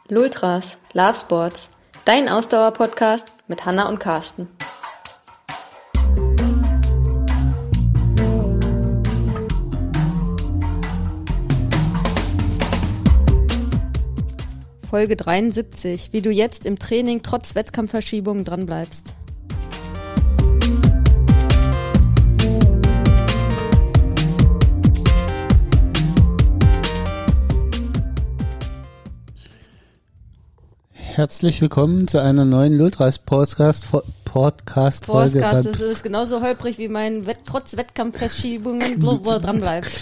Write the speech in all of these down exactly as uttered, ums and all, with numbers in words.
Lultras, Love Sports, dein Ausdauer-Podcast mit Hanna und Carsten. Folge dreiundsiebzig, wie du jetzt im Training trotz Wettkampfverschiebungen dranbleibst. Herzlich willkommen zu einer neuen Lultras Podcast Podcast Folge. Podcast, das ist genauso holprig wie mein Wett- trotz Wettkampfverschiebungen dranbleibst.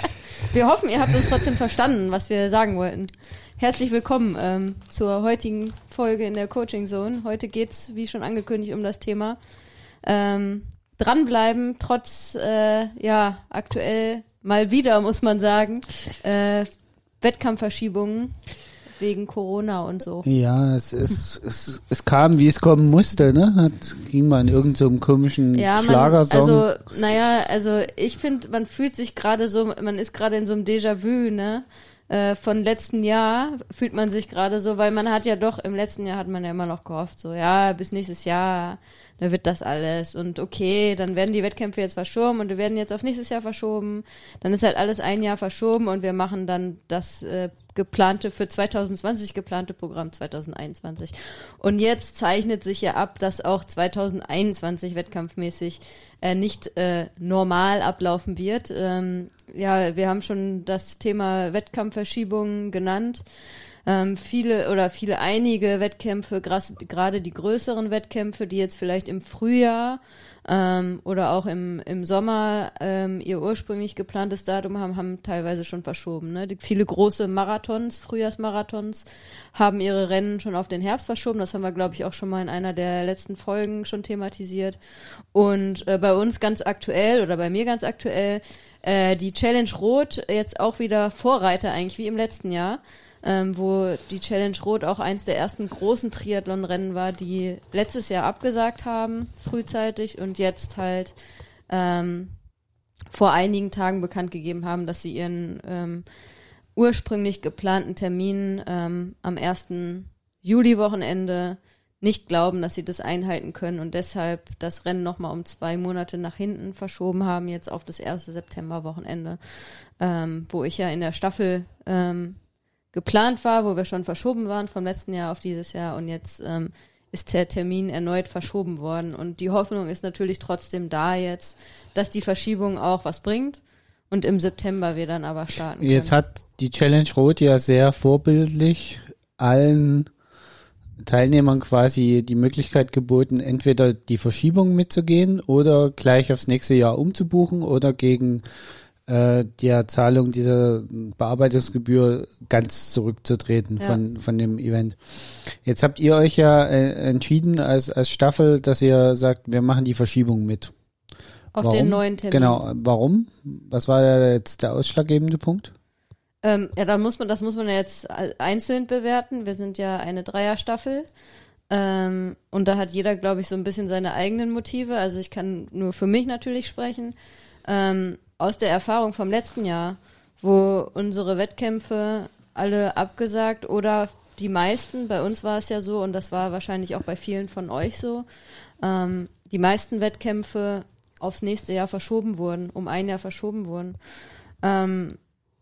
Wir hoffen, ihr habt uns trotzdem verstanden, was wir sagen wollten. Herzlich willkommen ähm, zur heutigen Folge in der Coaching Zone. Heute geht's, wie schon angekündigt, um das Thema ähm, dranbleiben, trotz äh, ja aktuell mal wieder, muss man sagen, äh, Wettkampfverschiebungen wegen Corona und so. Ja, es ist es, es kam, wie es kommen musste, ne? Hat, ging mal in irgendeinem so komischen ja, man, Schlagersong. Also, naja, also ich finde, man fühlt sich gerade so, man ist gerade in so einem Déjà-vu, ne? Äh, von letzten Jahr fühlt man sich gerade so, weil man hat ja doch, im letzten Jahr hat man ja immer noch gehofft, so, ja, bis nächstes Jahr, da wird das alles und okay, dann werden die Wettkämpfe jetzt verschoben und wir werden jetzt auf nächstes Jahr verschoben, dann ist halt alles ein Jahr verschoben und wir machen dann das äh, geplante, für zwanzig zwanzig geplante Programm zwanzig einundzwanzig. Und jetzt zeichnet sich ja ab, dass auch zwanzig einundzwanzig wettkampfmäßig äh, nicht äh, normal ablaufen wird. Ähm, ja, wir haben schon das Thema Wettkampfverschiebungen genannt. Ähm, viele oder viele einige Wettkämpfe, gerade die größeren Wettkämpfe, die jetzt vielleicht im Frühjahr ähm, oder auch im, im Sommer ähm, ihr ursprünglich geplantes Datum haben, haben teilweise schon verschoben. Ne? Die, viele große Marathons, Frühjahrsmarathons, haben ihre Rennen schon auf den Herbst verschoben. Das haben wir, glaube ich, auch schon mal in einer der letzten Folgen schon thematisiert. Und äh, bei uns ganz aktuell oder bei mir ganz aktuell äh, die Challenge Rot jetzt auch wieder Vorreiter eigentlich wie im letzten Jahr. Ähm, wo die Challenge Rot auch eins der ersten großen Triathlon-Rennen war, die letztes Jahr abgesagt haben, frühzeitig, und jetzt halt ähm, vor einigen Tagen bekannt gegeben haben, dass sie ihren ähm, ursprünglich geplanten Termin ähm, am ersten Juli-Wochenende nicht glauben, dass sie das einhalten können und deshalb das Rennen nochmal um zwei Monate nach hinten verschoben haben, jetzt auf das erste September-Wochenende, ähm, wo ich ja in der Staffel ähm, geplant war, wo wir schon verschoben waren vom letzten Jahr auf dieses Jahr und jetzt ähm, ist der Termin erneut verschoben worden und die Hoffnung ist natürlich trotzdem da jetzt, dass die Verschiebung auch was bringt und im September wir dann aber starten können. Jetzt hat die Challenge Rot ja sehr vorbildlich allen Teilnehmern quasi die Möglichkeit geboten, entweder die Verschiebung mitzugehen oder gleich aufs nächste Jahr umzubuchen oder gegen der Zahlung dieser Bearbeitungsgebühr ganz zurückzutreten ja. von von dem Event. Jetzt habt ihr euch ja äh, entschieden als als Staffel, dass ihr sagt, wir machen die Verschiebung mit. Auf warum? Den neuen Termin. Genau, warum? Was war da jetzt der ausschlaggebende Punkt? Ähm, ja, da muss man, das muss man ja jetzt einzeln bewerten. Wir sind ja eine Dreierstaffel. Ähm, und da hat jeder, glaube ich, so ein bisschen seine eigenen Motive. Also ich kann nur für mich natürlich sprechen. Ähm, aus der Erfahrung vom letzten Jahr, wo unsere Wettkämpfe alle abgesagt oder die meisten, bei uns war es ja so und das war wahrscheinlich auch bei vielen von euch so, ähm, die meisten Wettkämpfe aufs nächste Jahr verschoben wurden, um ein Jahr verschoben wurden. Ähm,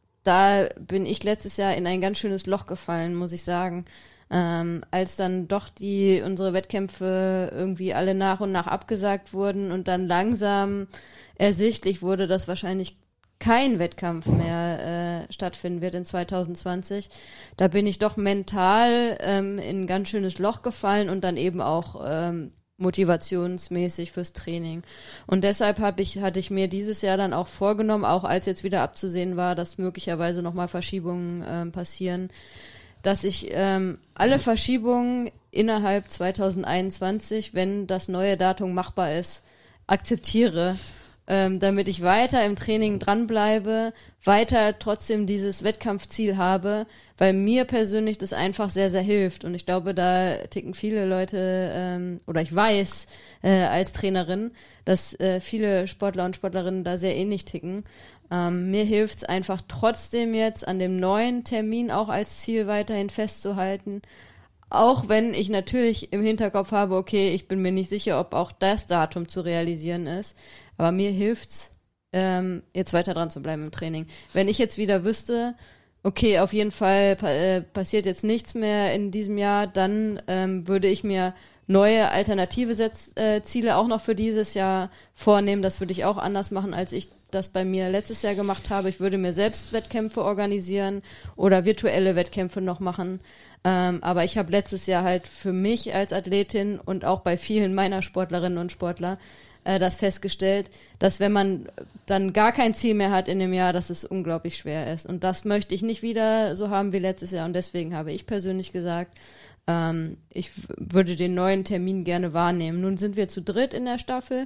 da bin ich letztes Jahr in ein ganz schönes Loch gefallen, muss ich sagen. Ähm, als dann doch die unsere Wettkämpfe irgendwie alle nach und nach abgesagt wurden und dann langsam ersichtlich wurde, dass wahrscheinlich kein Wettkampf mehr äh, stattfinden wird in zwanzig zwanzig. Da bin ich doch mental ähm, in ein ganz schönes Loch gefallen und dann eben auch ähm, motivationsmäßig fürs Training. Und deshalb hab ich, hatte ich mir dieses Jahr dann auch vorgenommen, auch als jetzt wieder abzusehen war, dass möglicherweise nochmal Verschiebungen ähm, passieren, dass ich ähm, alle Verschiebungen innerhalb zwanzig einundzwanzig, wenn das neue Datum machbar ist, akzeptiere ähm, damit ich weiter im Training dranbleibe, weiter trotzdem dieses Wettkampfziel habe, weil mir persönlich das einfach sehr, sehr hilft. Und ich glaube, da ticken viele Leute, ähm, oder ich weiß äh, als Trainerin, dass äh, viele Sportler und Sportlerinnen da sehr ähnlich ticken. Ähm, mir hilft es einfach trotzdem jetzt an dem neuen Termin auch als Ziel weiterhin festzuhalten. Auch wenn ich natürlich im Hinterkopf habe, okay, ich bin mir nicht sicher, ob auch das Datum zu realisieren ist. Aber mir hilft's, ähm, jetzt weiter dran zu bleiben im Training. Wenn ich jetzt wieder wüsste, okay, auf jeden Fall pa- äh, passiert jetzt nichts mehr in diesem Jahr, dann ähm, würde ich mir neue alternative Setz- äh, Ziele auch noch für dieses Jahr vornehmen. Das würde ich auch anders machen, als ich das bei mir letztes Jahr gemacht habe. Ich würde mir selbst Wettkämpfe organisieren oder virtuelle Wettkämpfe noch machen. Ähm, aber ich habe letztes Jahr halt für mich als Athletin und auch bei vielen meiner Sportlerinnen und Sportler äh, das festgestellt, dass wenn man dann gar kein Ziel mehr hat in dem Jahr, dass es unglaublich schwer ist. Und das möchte ich nicht wieder so haben wie letztes Jahr. Und deswegen habe ich persönlich gesagt, ähm, ich w- würde den neuen Termin gerne wahrnehmen. Nun sind wir zu dritt in der Staffel.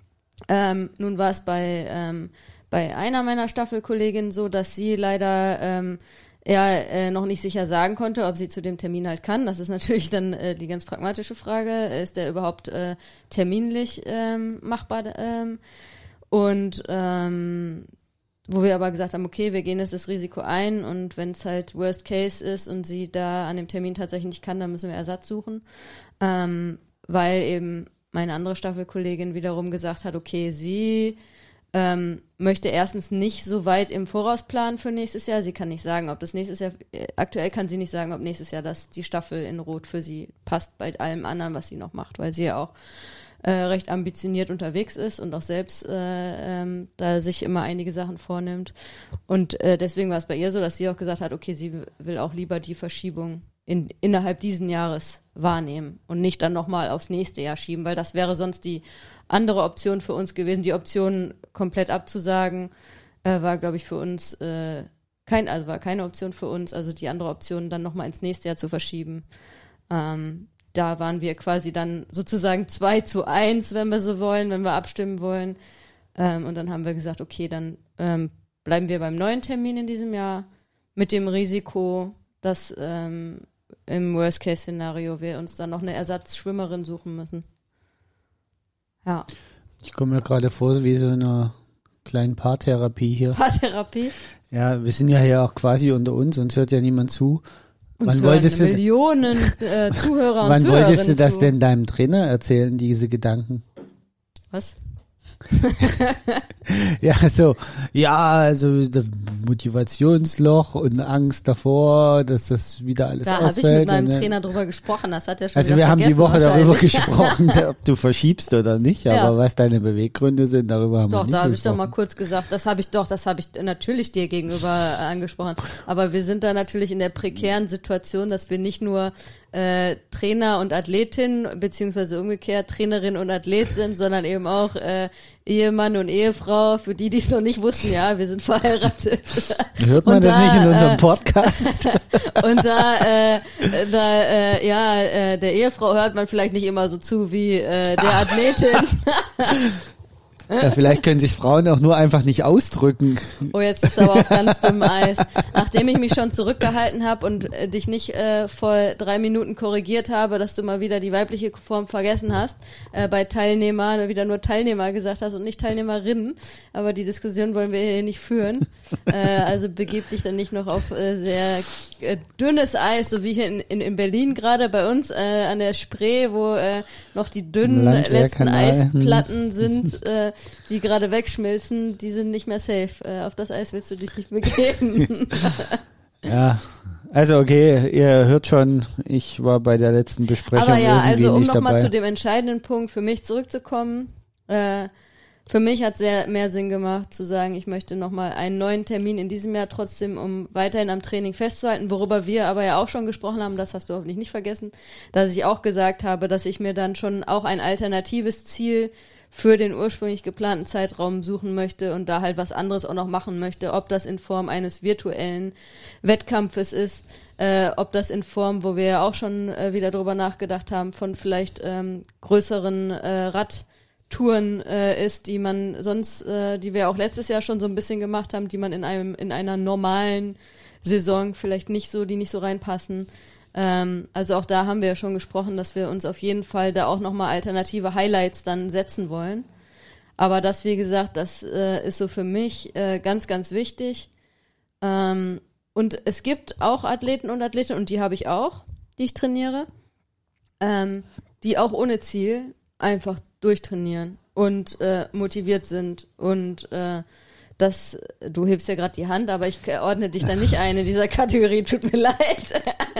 Ähm, nun war es bei, ähm, bei einer meiner Staffelkolleginnen so, dass sie leider ähm, ja, äh, noch nicht sicher sagen konnte, ob sie zu dem Termin halt kann. Das ist natürlich dann äh, die ganz pragmatische Frage. Ist der überhaupt äh, terminlich ähm, machbar? Ähm, und ähm, wo wir aber gesagt haben, okay, wir gehen jetzt das Risiko ein und wenn es halt Worst Case ist und sie da an dem Termin tatsächlich nicht kann, dann müssen wir Ersatz suchen. Ähm, weil eben meine andere Staffelkollegin wiederum gesagt hat, okay, sie ähm, möchte erstens nicht so weit im Voraus planen für nächstes Jahr. Sie kann nicht sagen, ob das nächstes Jahr, äh, aktuell kann sie nicht sagen, ob nächstes Jahr das die Staffel in Rot für sie passt bei allem anderen, was sie noch macht, weil sie ja auch äh, recht ambitioniert unterwegs ist und auch selbst äh, ähm, da sich immer einige Sachen vornimmt. Und äh, deswegen war es bei ihr so, dass sie auch gesagt hat, okay, sie will auch lieber die Verschiebung in, innerhalb diesen Jahres wahrnehmen und nicht dann nochmal aufs nächste Jahr schieben, weil das wäre sonst die andere Option für uns gewesen. Die Option komplett abzusagen äh, war, glaube ich, für uns äh, kein, also war keine Option für uns. Also die andere Option dann nochmal ins nächste Jahr zu verschieben. Ähm, da waren wir quasi dann sozusagen zwei zu eins, wenn wir so wollen, wenn wir abstimmen wollen. Ähm, und dann haben wir gesagt, okay, dann ähm, bleiben wir beim neuen Termin in diesem Jahr mit dem Risiko, dass ähm, im Worst-Case-Szenario wir uns dann noch eine Ersatzschwimmerin suchen müssen. Ja. Ich komme mir gerade vor wie so eine kleinen Paartherapie hier. Paartherapie? Ja, wir sind ja hier auch quasi unter uns, sonst hört ja niemand zu. Und wann wolltest du, Millionen äh, Zuhörer und wann Zuhörerinnen wolltest du das zu. denn deinem Trainer erzählen, diese Gedanken? Was? Ja, so, ja, also das Motivationsloch und Angst davor, dass das wieder alles Da habe ich ausfällt. mit meinem und, Trainer drüber gesprochen, das hat er schon Also wieder wir haben die vergessen Woche darüber wahrscheinlich. gesprochen, ob du verschiebst oder nicht, Ja. aber was deine Beweggründe sind, darüber haben wir Doch, nicht da habe ich gesprochen. doch mal kurz gesagt, das habe ich doch, das habe ich natürlich dir gegenüber äh, angesprochen. Aber wir sind da natürlich in der prekären Situation, dass wir nicht nur äh, Trainer und Athletin, beziehungsweise umgekehrt Trainerin und Athlet sind, sondern eben auch äh, Ehemann und Ehefrau, für die, die es noch nicht wussten, ja, wir sind verheiratet. Hört man Und das da, nicht in unserem äh, Podcast? Und da, äh, da äh, ja, äh, der Ehefrau hört man vielleicht nicht immer so zu wie äh, der Athletin. Ja, vielleicht können sich Frauen auch nur einfach nicht ausdrücken. Oh, jetzt ist aber auf ganz dünnem Eis. Nachdem ich mich schon zurückgehalten habe und äh, dich nicht äh, vor drei Minuten korrigiert habe, dass du mal wieder die weibliche Form vergessen hast, äh, bei Teilnehmer wieder nur Teilnehmer gesagt hast und nicht Teilnehmerinnen. Aber die Diskussion wollen wir hier nicht führen. Äh, also begib dich dann nicht noch auf äh, sehr äh, dünnes Eis, so wie hier in, in, in Berlin gerade bei uns äh, an der Spree, wo äh, noch die dünnen letzten Landwehrkanal. Eisplatten sind, äh, die gerade wegschmilzen, die sind nicht mehr safe. Äh, auf das Eis willst du dich nicht begeben. Ja, also okay, ihr hört schon, ich war bei der letzten Besprechung Aber ja, irgendwie also um nicht nochmal dabei. zu dem entscheidenden Punkt für mich zurückzukommen, äh, für mich hat es sehr mehr Sinn gemacht zu sagen, ich möchte nochmal einen neuen Termin in diesem Jahr trotzdem, um weiterhin am Training festzuhalten, worüber wir aber ja auch schon gesprochen haben, das hast du hoffentlich nicht vergessen, dass ich auch gesagt habe, dass ich mir dann schon auch ein alternatives Ziel für den ursprünglich geplanten Zeitraum suchen möchte und da halt was anderes auch noch machen möchte, ob das in Form eines virtuellen Wettkampfes ist, äh, ob das in Form, wo wir ja auch schon äh, wieder drüber nachgedacht haben, von vielleicht ähm, größeren äh, Radtouren Touren äh, ist, die man sonst, äh, die wir auch letztes Jahr schon so ein bisschen gemacht haben, die man in einem in einer normalen Saison vielleicht nicht so, die nicht so reinpassen. Ähm, also auch da haben wir ja schon gesprochen, dass wir uns auf jeden Fall da auch nochmal alternative Highlights dann setzen wollen. Aber das, wie gesagt, das äh, ist so für mich äh, ganz, ganz wichtig. Ähm, und es gibt auch Athleten und Athletinnen, und die habe ich auch, die ich trainiere, ähm, die auch ohne Ziel einfach durchtrainieren und äh, motiviert sind. Und äh, das, du hebst ja gerade die Hand, aber ich ordne dich da nicht ein in dieser Kategorie, tut mir leid.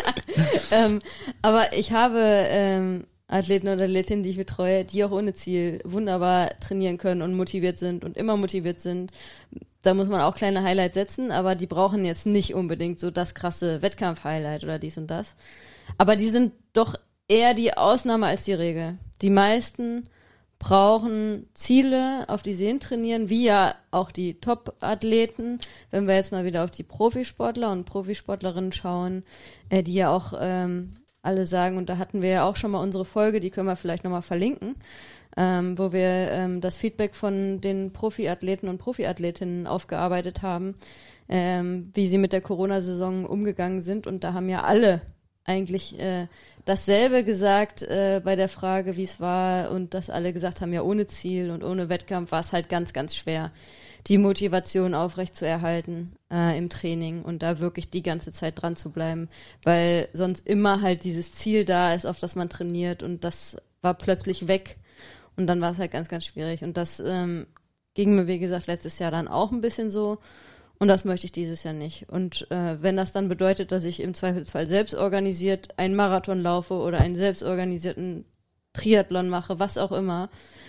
ähm, aber ich habe ähm, Athleten oder Athletinnen, die ich betreue, die auch ohne Ziel wunderbar trainieren können und motiviert sind und immer motiviert sind. Da muss man auch kleine Highlights setzen, aber die brauchen jetzt nicht unbedingt so das krasse Wettkampf-Highlight oder dies und das. Aber die sind doch eher die Ausnahme als die Regel. Die meisten brauchen Ziele, auf die sie hin trainieren, wie ja auch die Top-Athleten. Wenn wir jetzt mal wieder auf die Profisportler und Profisportlerinnen schauen, äh, die ja auch ähm, alle sagen, und da hatten wir ja auch schon mal unsere Folge, die können wir vielleicht nochmal verlinken, ähm, wo wir ähm, das Feedback von den Profiathleten und Profiathletinnen aufgearbeitet haben, ähm, wie sie mit der Corona-Saison umgegangen sind. Und da haben ja alle eigentlich äh, dasselbe gesagt äh, bei der Frage, wie es war, und dass alle gesagt haben, ja, ohne Ziel und ohne Wettkampf war es halt ganz, ganz schwer, die Motivation aufrecht zu erhalten äh, im Training und da wirklich die ganze Zeit dran zu bleiben, weil sonst immer halt dieses Ziel da ist, auf das man trainiert, und das war plötzlich weg und dann war es halt ganz, ganz schwierig. Und das ähm, ging mir, wie gesagt, letztes Jahr dann auch ein bisschen so. Und das möchte ich dieses Jahr nicht. Und äh, wenn das dann bedeutet, dass ich im Zweifelsfall selbst organisiert einen Marathon laufe oder einen selbstorganisierten Triathlon mache, was auch immer,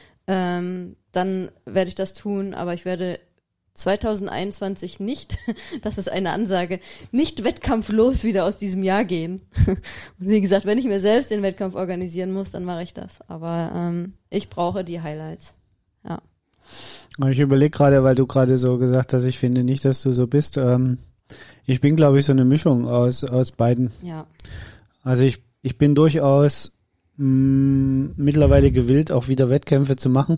ähm, dann werde ich das tun. Aber ich werde zwanzig einundzwanzig nicht, das ist eine Ansage, nicht wettkampflos wieder aus diesem Jahr gehen. Und wie gesagt, wenn ich mir selbst den Wettkampf organisieren muss, dann mache ich das. Aber ähm, ich brauche die Highlights. Ja. Ich überlege gerade, weil du gerade so gesagt hast, ich finde nicht, dass du so bist. Ähm, ich bin, glaube ich, so eine Mischung aus aus beiden. Ja. Also ich ich bin durchaus mh, mittlerweile gewillt, auch wieder Wettkämpfe zu machen.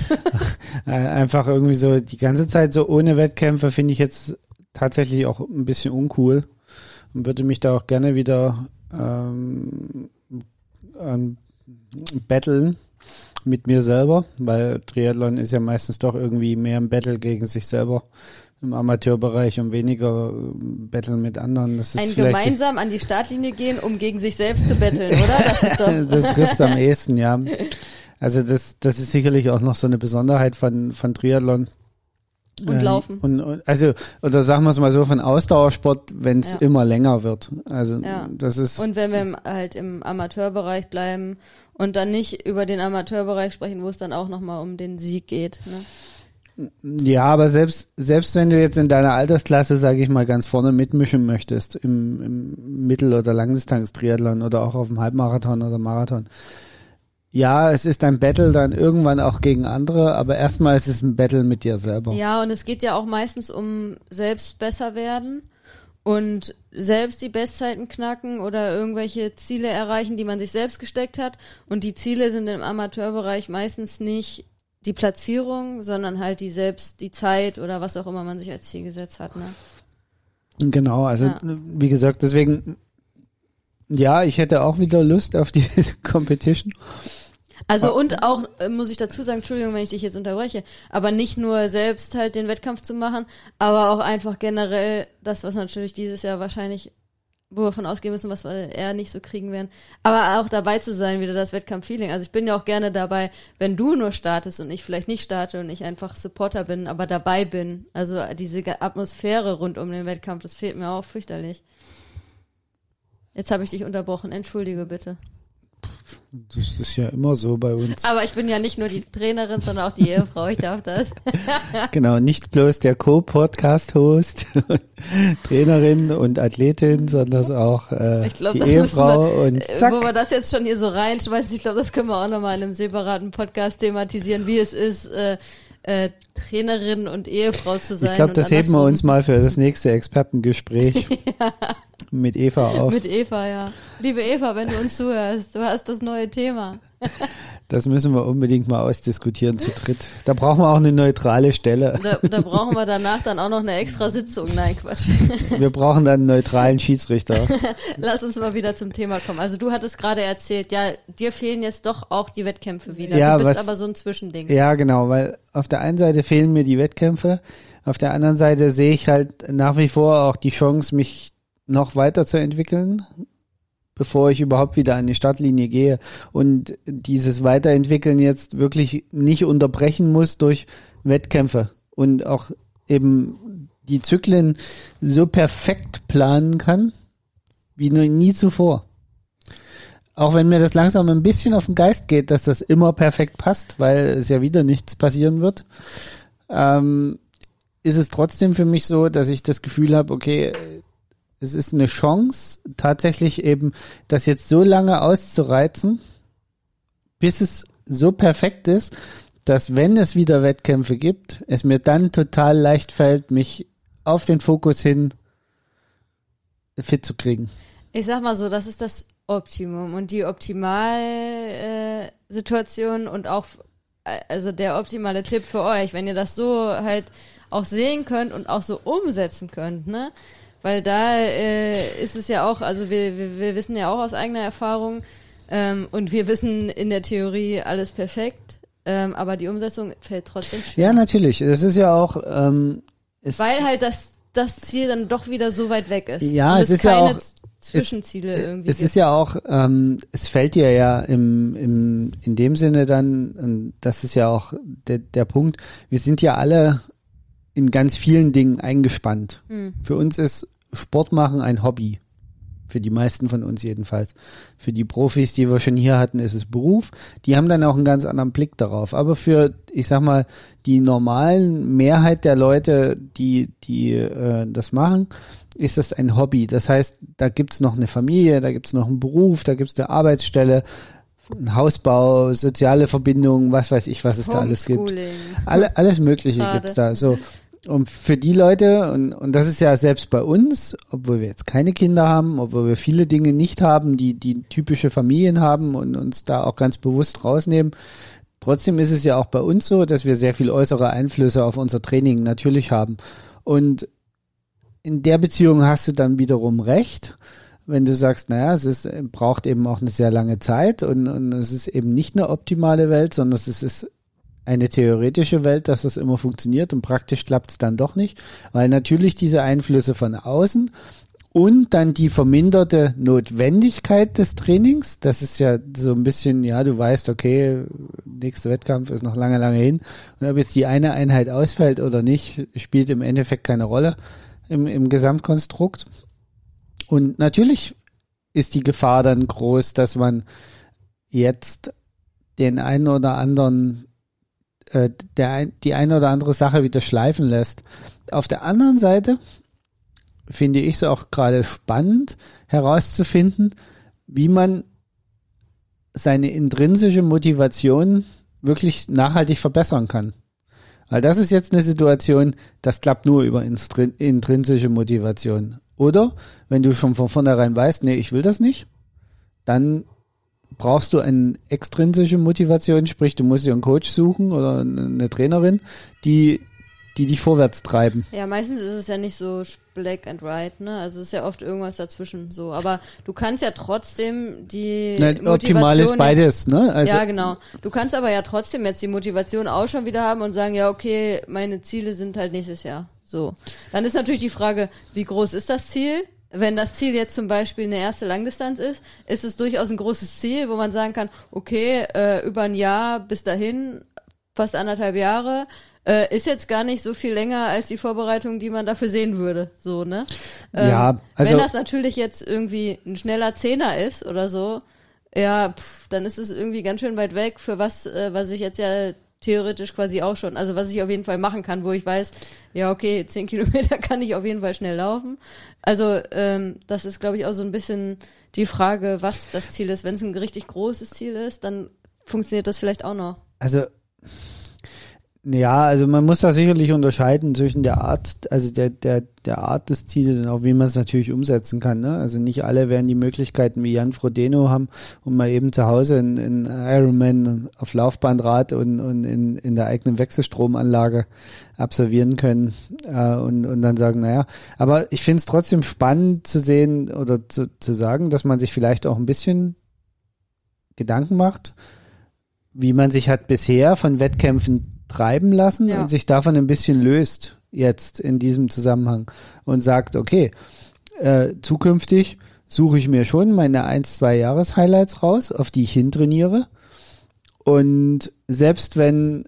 Einfach irgendwie so die ganze Zeit so ohne Wettkämpfe finde ich jetzt tatsächlich auch ein bisschen uncool und würde mich da auch gerne wieder ähm, ähm, battlen mit mir selber, weil Triathlon ist ja meistens doch irgendwie mehr ein Battle gegen sich selber im Amateurbereich und weniger Battle mit anderen. Das ist ein vielleicht gemeinsam so an die Startlinie gehen, um gegen sich selbst zu betteln, oder? Das ist doch das trifft am ehesten, ja. Also das, das ist sicherlich auch noch so eine Besonderheit von, von Triathlon. Und ähm, Laufen. Und, und also, oder sagen wir es mal so, von Ausdauersport, wenn es ja. immer länger wird. Also ja. das ist. Und wenn wir im, halt im Amateurbereich bleiben und dann nicht über den Amateurbereich sprechen, wo es dann auch nochmal um den Sieg geht. Ne? Ja, aber selbst selbst wenn du jetzt in deiner Altersklasse, sage ich mal, ganz vorne mitmischen möchtest, im, im Mittel- oder Langdistanz-Triathlon oder auch auf dem Halbmarathon oder Marathon, ja, es ist ein Battle dann irgendwann auch gegen andere, aber erstmal ist es ein Battle mit dir selber. Ja, und es geht ja auch meistens um selbst besser werden und selbst die Bestzeiten knacken oder irgendwelche Ziele erreichen, die man sich selbst gesteckt hat. Und die Ziele sind im Amateurbereich meistens nicht die Platzierung, sondern halt die selbst, die Zeit oder was auch immer man sich als Ziel gesetzt hat. Ne? Genau, also ja. Wie gesagt, deswegen, ja, ich hätte auch wieder Lust auf diese Competition. Also und auch, äh, muss ich dazu sagen, Entschuldigung, wenn ich dich jetzt unterbreche, aber nicht nur selbst halt den Wettkampf zu machen, aber auch einfach generell das, was natürlich dieses Jahr wahrscheinlich, wo wir von ausgehen müssen, was wir eher nicht so kriegen werden, aber auch dabei zu sein, wieder das Wettkampf-Feeling. Also ich bin ja auch gerne dabei, wenn du nur startest und ich vielleicht nicht starte und ich einfach Supporter bin, aber dabei bin. Also diese Atmosphäre rund um den Wettkampf, das fehlt mir auch fürchterlich. Jetzt habe ich dich unterbrochen, entschuldige bitte. Das ist ja immer so bei uns. Aber ich bin ja nicht nur die Trainerin, sondern auch die Ehefrau, ich darf das. Genau, nicht bloß der Co-Podcast-Host, Trainerin und Athletin, sondern auch äh, glaub, die Ehefrau. Wir, und zack. Wo wir das jetzt schon hier so reinschmeißen, ich glaube, das können wir auch nochmal in einem separaten Podcast thematisieren, wie es ist, äh, äh, Trainerin und Ehefrau zu sein. Ich glaube, das heben wir uns mal für das nächste Expertengespräch. Ja. Mit Eva auf. Mit Eva, ja. Liebe Eva, wenn du uns zuhörst, du hast das neue Thema. Das müssen wir unbedingt mal ausdiskutieren zu dritt. Da brauchen wir auch eine neutrale Stelle. Da, da brauchen wir danach dann auch noch eine extra Sitzung. Nein, Quatsch. Wir brauchen dann einen neutralen Schiedsrichter. Lass uns mal wieder zum Thema kommen. Also du hattest gerade erzählt, ja, dir fehlen jetzt doch auch die Wettkämpfe wieder. Ja, du bist was, aber so ein Zwischending. Ja, genau, weil auf der einen Seite fehlen mir die Wettkämpfe, auf der anderen Seite sehe ich halt nach wie vor auch die Chance, mich noch weiterzuentwickeln, bevor ich überhaupt wieder an die Startlinie gehe und dieses Weiterentwickeln jetzt wirklich nicht unterbrechen muss durch Wettkämpfe und auch eben die Zyklen so perfekt planen kann, wie noch nie zuvor. Auch wenn mir das langsam ein bisschen auf den Geist geht, dass das immer perfekt passt, weil es ja wieder nichts passieren wird, ähm, ist es trotzdem für mich so, dass ich das Gefühl habe, okay, es ist eine Chance, tatsächlich eben das jetzt so lange auszureizen, bis es so perfekt ist, dass wenn es wieder Wettkämpfe gibt, es mir dann total leicht fällt, mich auf den Fokus hin fit zu kriegen. Ich sag mal so, das ist das Optimum und die Optimalsituation äh, und auch also der optimale Tipp für euch, wenn ihr das so halt auch sehen könnt und auch so umsetzen könnt, ne? Weil da äh, ist es ja auch, also wir, wir, wir wissen ja auch aus eigener Erfahrung ähm, und wir wissen in der Theorie alles perfekt, ähm, aber die Umsetzung fällt trotzdem schwer. Ja, natürlich. Das ist ja auch ähm, es weil halt das, das Ziel dann doch wieder so weit weg ist. Ja, und es, es ist ja auch Zwischenziele es, irgendwie. Es gibt. ist ja auch, ähm, es fällt dir ja im, im in dem Sinne dann, und das ist ja auch der, der Punkt, wir sind ja alle in ganz vielen Dingen eingespannt. Hm. Für uns ist Sport machen ein Hobby. Für die meisten von uns jedenfalls. Für die Profis, die wir schon hier hatten, ist es Beruf. Die haben dann auch einen ganz anderen Blick darauf. Aber für, ich sag mal, die normalen Mehrheit der Leute, die, die äh, das machen, ist das ein Hobby. Das heißt, da gibt's noch eine Familie, da gibt's noch einen Beruf, da gibt's eine Arbeitsstelle, einen Hausbau, soziale Verbindungen, was weiß ich, was es da alles gibt. Alle, alles Mögliche Schade. Gibt's da. So. Und für die Leute, und, und das ist ja selbst bei uns, obwohl wir jetzt keine Kinder haben, obwohl wir viele Dinge nicht haben, die, die typische Familien haben und uns da auch ganz bewusst rausnehmen, trotzdem ist es ja auch bei uns so, dass wir sehr viel äußere Einflüsse auf unser Training natürlich haben. Und in der Beziehung hast du dann wiederum recht, wenn du sagst, naja, es ist, braucht eben auch eine sehr lange Zeit und, und es ist eben nicht eine optimale Welt, sondern es ist eine theoretische Welt, dass das immer funktioniert und praktisch klappt es dann doch nicht, weil natürlich diese Einflüsse von außen und dann die verminderte Notwendigkeit des Trainings, das ist ja so ein bisschen, ja, du weißt, okay, nächster Wettkampf ist noch lange, lange hin und ob jetzt die eine Einheit ausfällt oder nicht, spielt im Endeffekt keine Rolle im, im Gesamtkonstrukt. Und natürlich ist die Gefahr dann groß, dass man jetzt den einen oder anderen Der, die eine oder andere Sache wieder schleifen lässt. Auf der anderen Seite finde ich es auch gerade spannend herauszufinden, wie man seine intrinsische Motivation wirklich nachhaltig verbessern kann. Weil das ist jetzt eine Situation, das klappt nur über intrinsische Motivation. Oder wenn du schon von vornherein weißt, nee, ich will das nicht, dann brauchst du eine extrinsische Motivation, sprich, du musst dir einen Coach suchen oder eine Trainerin, die, die dich vorwärts treiben. Ja, meistens ist es ja nicht so black and white, ne? Also es ist ja oft irgendwas dazwischen so. Aber du kannst ja trotzdem die Na, Motivation optimal ist beides, jetzt, ne? Also, ja, genau. Du kannst aber ja trotzdem jetzt die Motivation auch schon wieder haben und sagen, ja, okay, meine Ziele sind halt nächstes Jahr. So. Dann ist natürlich die Frage, wie groß ist das Ziel? Wenn das Ziel jetzt zum Beispiel eine erste Langdistanz ist, ist es durchaus ein großes Ziel, wo man sagen kann, okay, äh, über ein Jahr bis dahin, fast anderthalb Jahre, äh, ist jetzt gar nicht so viel länger als die Vorbereitung, die man dafür sehen würde, so, ne? Ähm, ja, also wenn das natürlich jetzt irgendwie ein schneller Zehner ist oder so, ja, pff, dann ist es irgendwie ganz schön weit weg für was, äh, was ich jetzt ja theoretisch quasi auch schon, also was ich auf jeden Fall machen kann, wo ich weiß, ja okay, zehn Kilometer kann ich auf jeden Fall schnell laufen. Also ähm, das ist, glaube ich, auch so ein bisschen die Frage, was das Ziel ist. Wenn es ein richtig großes Ziel ist, dann funktioniert das vielleicht auch noch. Also Ja, also man muss da sicherlich unterscheiden zwischen der Art, also der, der, der Art des Zieles und auch wie man es natürlich umsetzen kann. Ne? Also nicht alle werden die Möglichkeiten wie Jan Frodeno haben und mal eben zu Hause in, in Ironman auf Laufbahnrad und, und in, in der eigenen Wechselstromanlage absolvieren können äh, und, und dann sagen, naja, aber ich finde es trotzdem spannend zu sehen oder zu, zu sagen, dass man sich vielleicht auch ein bisschen Gedanken macht, wie man sich hat bisher von Wettkämpfen treiben lassen ja. und sich davon ein bisschen löst jetzt in diesem Zusammenhang und sagt, okay, äh, zukünftig suche ich mir schon meine ein, zwei Jahres-Highlights raus, auf die ich hintrainiere und selbst wenn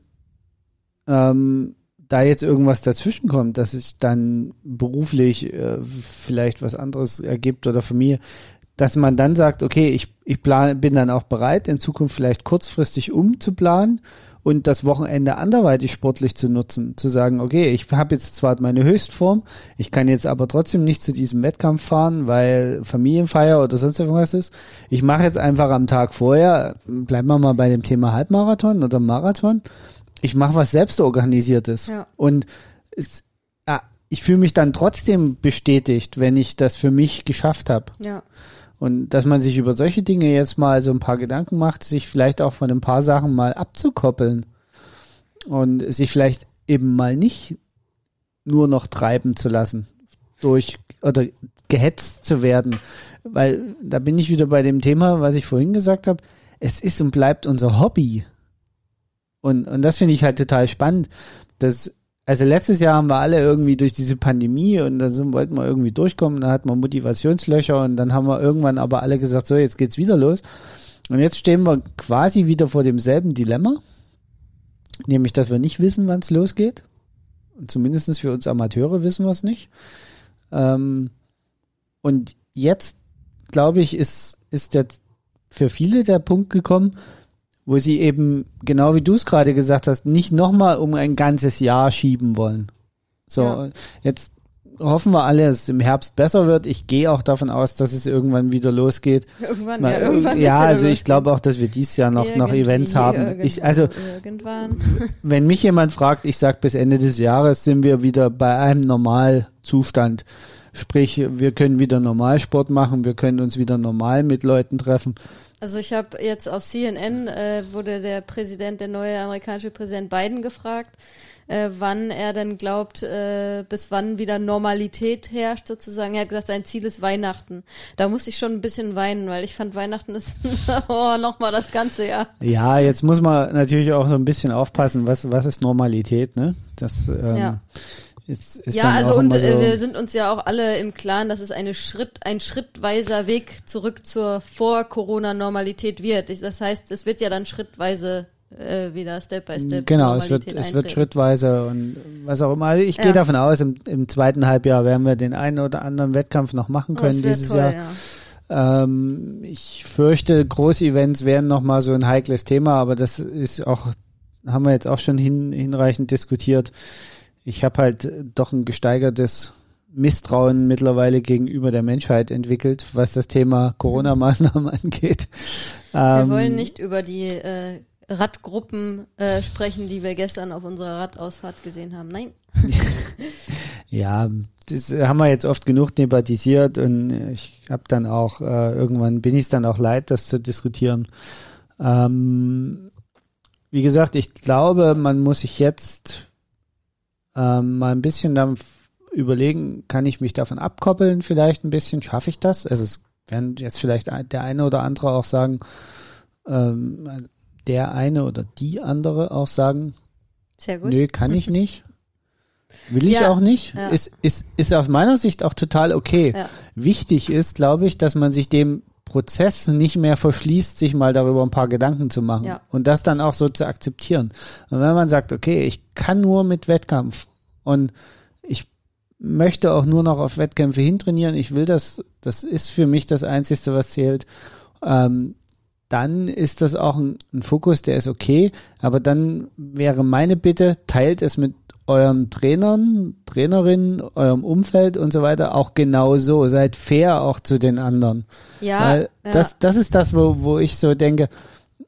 ähm, da jetzt irgendwas dazwischen kommt, dass sich dann beruflich äh, vielleicht was anderes ergibt oder Familie, dass man dann sagt, okay, ich, ich plan, bin dann auch bereit, in Zukunft vielleicht kurzfristig umzuplanen und das Wochenende anderweitig sportlich zu nutzen, zu sagen, okay, ich habe jetzt zwar meine Höchstform, ich kann jetzt aber trotzdem nicht zu diesem Wettkampf fahren, weil Familienfeier oder sonst irgendwas ist. Ich mache jetzt einfach am Tag vorher, bleiben wir mal bei dem Thema Halbmarathon oder Marathon, ich mache was Selbstorganisiertes. Ja. Und es, ah, ich fühle mich dann trotzdem bestätigt, wenn ich das für mich geschafft habe. Ja. Und dass man sich über solche Dinge jetzt mal so ein paar Gedanken macht, sich vielleicht auch von ein paar Sachen mal abzukoppeln und sich vielleicht eben mal nicht nur noch treiben zu lassen, durch oder gehetzt zu werden. Weil da bin ich wieder bei dem Thema, was ich vorhin gesagt habe, es ist und bleibt unser Hobby. Und, und das finde ich halt total spannend, dass Also letztes Jahr haben wir alle irgendwie durch diese Pandemie und da sind, wollten wir irgendwie durchkommen, da hatten wir Motivationslöcher und dann haben wir irgendwann aber alle gesagt, so jetzt geht's wieder los. Und jetzt stehen wir quasi wieder vor demselben Dilemma, nämlich, dass wir nicht wissen, wann es losgeht. Und zumindest für uns Amateure wissen wir es nicht. Ähm, und jetzt, glaube ich, ist, ist der, für viele der Punkt gekommen, wo sie eben, genau wie du es gerade gesagt hast, nicht nochmal um ein ganzes Jahr schieben wollen. So, ja. Jetzt hoffen wir alle, dass es im Herbst besser wird. Ich gehe auch davon aus, dass es irgendwann wieder losgeht. Irgendwann, Mal, ja, irgendwann. Ja, also ich glaube auch, dass wir dieses Jahr noch, noch Events haben. Ich, also, irgendwann. Wenn mich jemand fragt, ich sag, bis Ende des Jahres sind wir wieder bei einem Normalzustand. Sprich, wir können wieder Normalsport machen, wir können uns wieder normal mit Leuten treffen. Also ich habe jetzt auf C N N, äh, wurde der Präsident, der neue amerikanische Präsident Biden gefragt, äh, wann er denn glaubt, äh, bis wann wieder Normalität herrscht sozusagen. Er hat gesagt, sein Ziel ist Weihnachten. Da musste ich schon ein bisschen weinen, weil ich fand, Weihnachten ist oh, nochmal das ganze Jahr. Ja, jetzt muss man natürlich auch so ein bisschen aufpassen, was, was ist Normalität, ne? Das, ähm, ja. Ist, ist ja, also und so äh, wir sind uns ja auch alle im Klaren, dass es eine Schritt, ein schrittweiser Weg zurück zur Vor-Corona-Normalität wird. Ich, das heißt, es wird ja dann schrittweise äh, wieder Step by Step. Genau, es wird, es wird schrittweise und was auch immer. Also ich ja. gehe davon aus, im, im zweiten Halbjahr werden wir den einen oder anderen Wettkampf noch machen können oh, dieses toll, Jahr. Ja. Ähm, ich fürchte, große Events wären nochmal so ein heikles Thema, aber das ist auch, haben wir jetzt auch schon hin, hinreichend diskutiert. Ich habe halt doch ein gesteigertes Misstrauen mittlerweile gegenüber der Menschheit entwickelt, was das Thema Corona-Maßnahmen angeht. Wir ähm, wollen nicht über die äh, Radgruppen äh, sprechen, die wir gestern auf unserer Radausfahrt gesehen haben. Nein. Ja, das haben wir jetzt oft genug debattisiert und ich habe dann auch, äh, irgendwann bin ich es dann auch leid, das zu diskutieren. Ähm, wie gesagt, ich glaube, man muss sich jetzt Ähm, mal ein bisschen dann überlegen, kann ich mich davon abkoppeln vielleicht ein bisschen, schaffe ich das? Also es werden jetzt vielleicht der eine oder andere auch sagen, ähm, der eine oder die andere auch sagen, sehr gut. Nö, kann ich nicht. Will ich ja, auch nicht. Ja. Ist, ist, ist aus meiner Sicht auch total okay. Ja. Wichtig ist, glaube ich, dass man sich dem Prozess nicht mehr verschließt, sich mal darüber ein paar Gedanken zu machen ja. und das dann auch so zu akzeptieren. Und wenn man sagt, okay, ich kann nur mit Wettkampf und ich möchte auch nur noch auf Wettkämpfe hintrainieren, ich will das, das ist für mich das Einzige, was zählt, ähm, dann ist das auch ein, ein Fokus, der ist okay, aber dann wäre meine Bitte, teilt es mit euren Trainern, Trainerinnen, eurem Umfeld und so weiter auch genau so. Seid fair auch zu den anderen. Ja. Weil ja. das, das ist das, wo, wo ich so denke,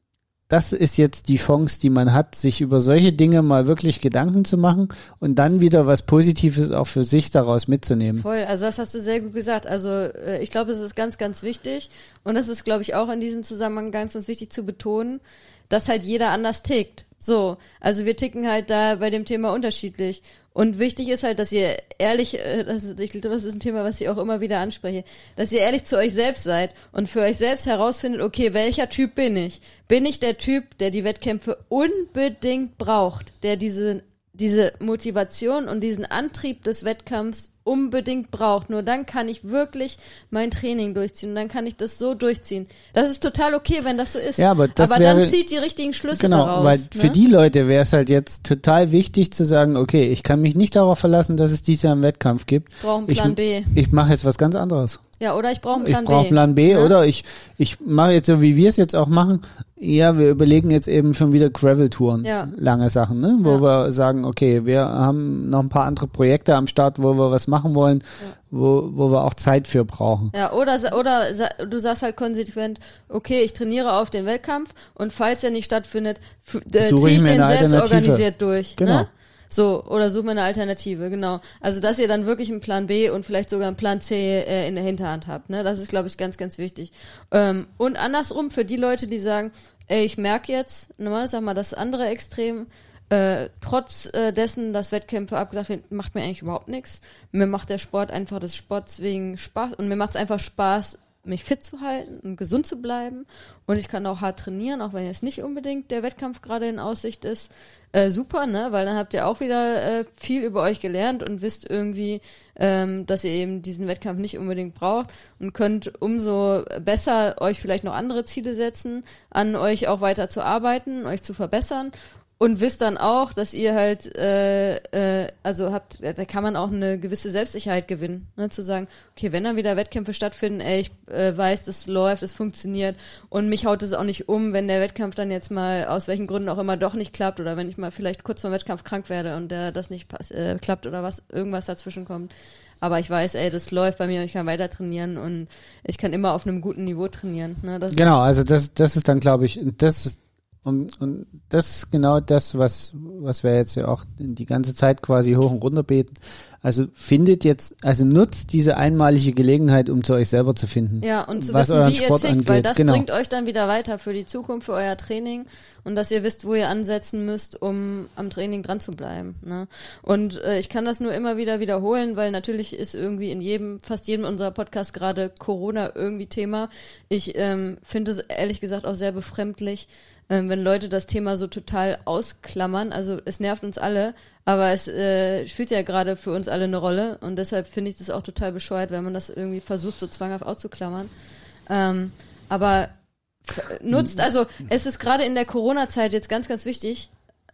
das ist jetzt die Chance, die man hat, sich über solche Dinge mal wirklich Gedanken zu machen und dann wieder was Positives auch für sich daraus mitzunehmen. Voll, also das hast du sehr gut gesagt. Also äh, ich glaube, es ist ganz, ganz wichtig und das ist, glaube ich, auch in diesem Zusammenhang ganz, ganz wichtig zu betonen, dass halt jeder anders tickt. So, also wir ticken halt da bei dem Thema unterschiedlich. Und wichtig ist halt, dass ihr ehrlich, das ist, ich glaube, das ist ein Thema, was ich auch immer wieder anspreche, dass ihr ehrlich zu euch selbst seid und für euch selbst herausfindet, okay, welcher Typ bin ich? Bin ich der Typ, der die Wettkämpfe unbedingt braucht, der diese, diese Motivation und diesen Antrieb des Wettkampfs unbedingt braucht. Nur dann kann ich wirklich mein Training durchziehen und dann kann ich das so durchziehen. Das ist total okay, wenn das so ist. Ja, aber das aber wäre, dann zieht die richtigen Schlüsse genau, daraus. Weil ne? für die Leute wäre es halt jetzt total wichtig zu sagen, okay, ich kann mich nicht darauf verlassen, dass es dieses Jahr einen Wettkampf gibt. Ich brauche einen Plan ich, B. Ich mache jetzt was ganz anderes. Ja, oder ich brauche einen Plan ich brauche B. Plan B ne? oder ich ich mache jetzt so, wie wir es jetzt auch machen. Ja, wir überlegen jetzt eben schon wieder Gravel-Touren, ja. lange Sachen, ne? Wo ja. wir sagen, okay, wir haben noch ein paar andere Projekte am Start, wo wir was machen wollen, ja. wo wo wir auch Zeit für brauchen. Ja, oder oder du sagst halt konsequent, okay, ich trainiere auf den Wettkampf und falls er nicht stattfindet, äh, ziehe ich den selbst organisiert durch. Genau. Ne? So, oder such mir eine Alternative, genau. Also, dass ihr dann wirklich einen Plan B und vielleicht sogar einen Plan C äh, in der Hinterhand habt, ne? Das ist, glaube ich, ganz, ganz wichtig. Ähm, und andersrum, für die Leute, die sagen, ey, ich merke jetzt, normal, sag mal, das andere Extrem, äh, trotz äh, dessen, dass Wettkämpfe abgesagt werden, macht mir eigentlich überhaupt nichts. Mir macht der Sport einfach des Sports wegen Spaß und mir macht es einfach Spaß, mich fit zu halten und gesund zu bleiben und ich kann auch hart trainieren, auch wenn jetzt nicht unbedingt der Wettkampf gerade in Aussicht ist. Äh, super, ne? Weil dann habt ihr auch wieder äh, viel über euch gelernt und wisst irgendwie, ähm, dass ihr eben diesen Wettkampf nicht unbedingt braucht und könnt umso besser euch vielleicht noch andere Ziele setzen, an euch auch weiter zu arbeiten, euch zu verbessern. Und wisst dann auch, dass ihr halt, äh, äh, also habt, da kann man auch eine gewisse Selbstsicherheit gewinnen, ne, zu sagen, okay, wenn dann wieder Wettkämpfe stattfinden, ey, ich äh, weiß, das läuft, das funktioniert und mich haut es auch nicht um, wenn der Wettkampf dann jetzt mal aus welchen Gründen auch immer doch nicht klappt oder wenn ich mal vielleicht kurz vor dem Wettkampf krank werde und der das nicht pass- äh, klappt oder was, irgendwas dazwischen kommt. Aber ich weiß, ey, das läuft bei mir und ich kann weiter trainieren und ich kann immer auf einem guten Niveau trainieren. Ne? Das genau, ist, also das, das ist dann, glaube ich, das ist Und, und das ist genau das, was, was wir jetzt ja auch die ganze Zeit quasi hoch und runter beten. Also findet jetzt, also nutzt diese einmalige Gelegenheit, um zu euch selber zu finden. Ja, und zu was wissen, euren wie Sport ihr tickt, angeht. weil das genau. bringt euch dann wieder weiter für die Zukunft, für euer Training und dass ihr wisst, wo ihr ansetzen müsst, um am Training dran zu bleiben. Ne? Und äh, ich kann das nur immer wieder wiederholen, weil natürlich ist irgendwie in jedem, fast jedem unserer Podcasts gerade Corona irgendwie Thema. Ich ähm, finde es ehrlich gesagt auch sehr befremdlich, ähm, wenn Leute das Thema so total ausklammern. Also es nervt uns alle, aber es äh, spielt ja gerade für uns alle eine Rolle und deshalb finde ich das auch total bescheuert, wenn man das irgendwie versucht, so zwanghaft auszuklammern. Ähm, aber nutzt, also es ist gerade in der Corona-Zeit jetzt ganz, ganz wichtig,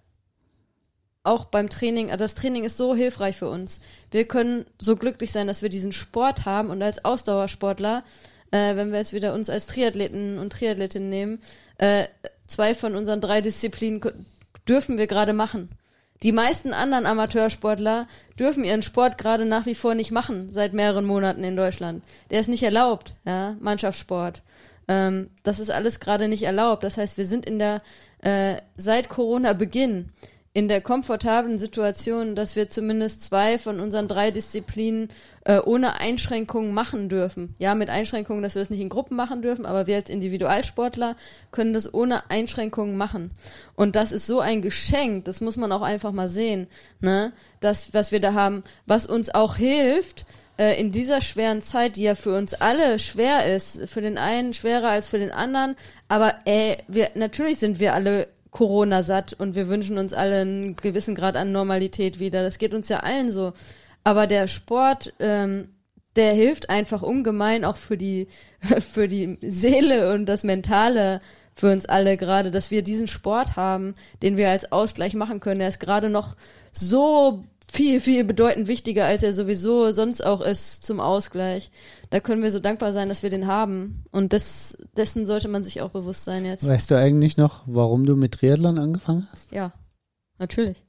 auch beim Training, also das Training ist so hilfreich für uns. Wir können so glücklich sein, dass wir diesen Sport haben und als Ausdauersportler, äh, wenn wir jetzt wieder uns als Triathleten und Triathletinnen nehmen, äh, zwei von unseren drei Disziplinen dürfen wir gerade machen. Die meisten anderen Amateursportler dürfen ihren Sport gerade nach wie vor nicht machen, seit mehreren Monaten in Deutschland. Der ist nicht erlaubt, ja, Mannschaftssport. Ähm, das ist alles gerade nicht erlaubt. Das heißt, wir sind in der, äh, seit Corona-Beginn in der komfortablen Situation, dass wir zumindest zwei von unseren drei Disziplinen äh, ohne Einschränkungen machen dürfen. Ja, mit Einschränkungen, dass wir das nicht in Gruppen machen dürfen, aber wir als Individualsportler können das ohne Einschränkungen machen. Und das ist so ein Geschenk, das muss man auch einfach mal sehen, ne? Das, was wir da haben, was uns auch hilft, äh, in dieser schweren Zeit, die ja für uns alle schwer ist, für den einen schwerer als für den anderen, aber ey, wir, natürlich sind wir alle Corona satt und wir wünschen uns alle einen gewissen Grad an Normalität wieder. Das geht uns ja allen so. Aber der Sport, ähm, der hilft einfach ungemein auch für die, für die Seele und das Mentale für uns alle gerade, dass wir diesen Sport haben, den wir als Ausgleich machen können. Der ist gerade noch so viel, viel bedeutend wichtiger, als er sowieso sonst auch ist zum Ausgleich. Da können wir so dankbar sein, dass wir den haben. Und das, dessen sollte man sich auch bewusst sein jetzt. Weißt du eigentlich noch, warum du mit Triathlon angefangen hast? Ja, natürlich.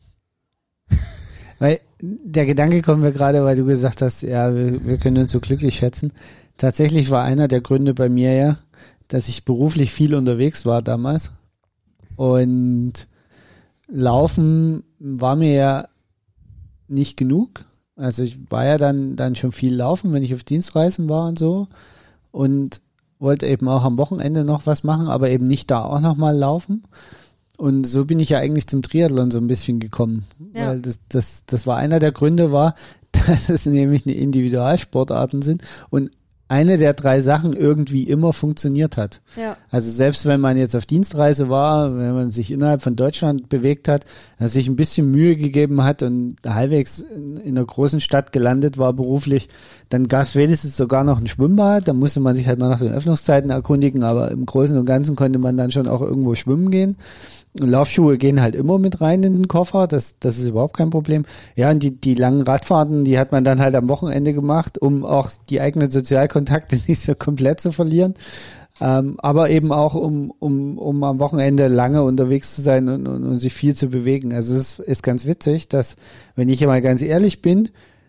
Weil der Gedanke kommt mir gerade, weil du gesagt hast, ja, wir, wir können uns so glücklich schätzen. Tatsächlich war einer der Gründe bei mir ja, dass ich beruflich viel unterwegs war damals Und Laufen war mir ja nicht genug. Also ich war ja dann, dann schon viel laufen, wenn ich auf Dienstreisen war und so. Und wollte eben auch am Wochenende noch was machen, aber eben nicht da auch nochmal laufen. Und so bin ich ja eigentlich zum Triathlon so ein bisschen gekommen. Ja. Weil das, das, das war einer der Gründe war, dass es nämlich eine Individualsportarten sind und eine der drei Sachen irgendwie immer funktioniert hat. Ja. Also selbst wenn man jetzt auf Dienstreise war, wenn man sich innerhalb von Deutschland bewegt hat, dass sich ein bisschen Mühe gegeben hat und halbwegs in, in einer großen Stadt gelandet war beruflich, dann gab es wenigstens sogar noch ein Schwimmbad. Da musste man sich halt mal nach den Öffnungszeiten erkundigen, aber im Großen und Ganzen konnte man dann schon auch irgendwo schwimmen gehen. Laufschuhe gehen halt immer mit rein in den Koffer, das, das ist überhaupt kein Problem. Ja, und die, die langen Radfahrten, die hat man dann halt am Wochenende gemacht, um auch die eigenen Sozialkontakte nicht so komplett zu verlieren. Ähm, aber eben auch, um, um, um am Wochenende lange unterwegs zu sein und, und, und sich viel zu bewegen. Also es ist, ist ganz witzig, dass, wenn ich mal ganz ehrlich bin,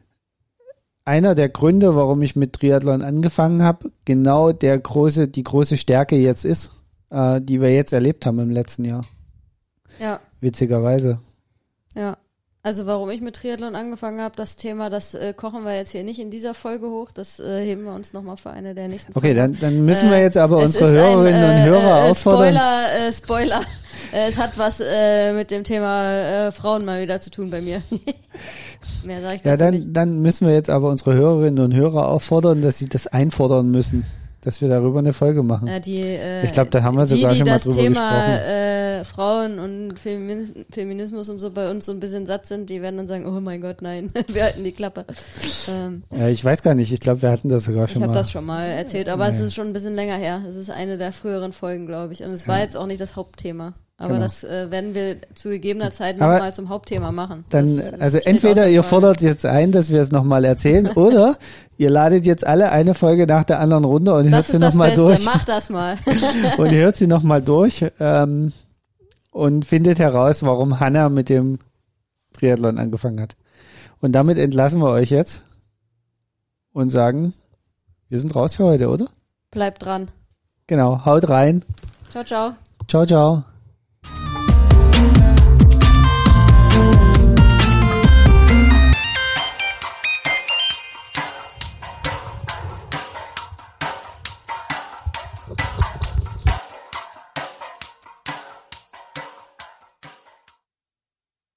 einer der Gründe, warum ich mit Triathlon angefangen habe, genau der große, die große Stärke jetzt ist, äh, die wir jetzt erlebt haben im letzten Jahr. Ja. Witzigerweise. Ja. Also warum ich mit Triathlon angefangen habe, das Thema, das äh, kochen wir jetzt hier nicht in dieser Folge hoch, das äh, heben wir uns nochmal für eine der nächsten Folgen. Okay, dann, dann müssen wir jetzt aber äh, unsere Hörerinnen ein, äh, und Hörer äh, auffordern. Spoiler, äh, Spoiler. Äh, es hat was äh, mit dem Thema äh, Frauen mal wieder zu tun bei mir. Mehr sage ich dazu Ja, dann, nicht. dann müssen wir jetzt aber unsere Hörerinnen und Hörer auffordern, dass sie das einfordern müssen, dass wir darüber eine Folge machen. Ja, die, äh, ich glaube, da haben wir die, sogar die schon mal das drüber Thema, gesprochen. Äh, Frauen und Femin- Feminismus und so bei uns so ein bisschen satt sind, die werden dann sagen, oh mein Gott, nein, wir halten die Klappe. Ähm, Ja, ich weiß gar nicht, ich glaube, wir hatten das sogar schon ich habe mal. das schon mal erzählt, aber Nee. es ist schon ein bisschen länger her. Es ist eine der früheren Folgen, glaube ich. Und es war jetzt auch nicht das Hauptthema. Aber Genau. das äh, werden wir zu gegebener Zeit Aber nochmal zum Hauptthema machen. Dann, Das- das also steht entweder außer ihr Frage. fordert jetzt ein, dass wir es nochmal erzählen, oder ihr ladet jetzt alle eine Folge nach der anderen runter und hört Das sie ist das nochmal Beste, durch. mach das mal. und hört sie nochmal durch ähm, und findet heraus, warum Hanna mit dem Triathlon angefangen hat. Und damit entlassen wir euch jetzt und sagen, wir sind raus für heute, oder? Bleibt dran. Genau, haut rein. Ciao, ciao. Ciao, ciao.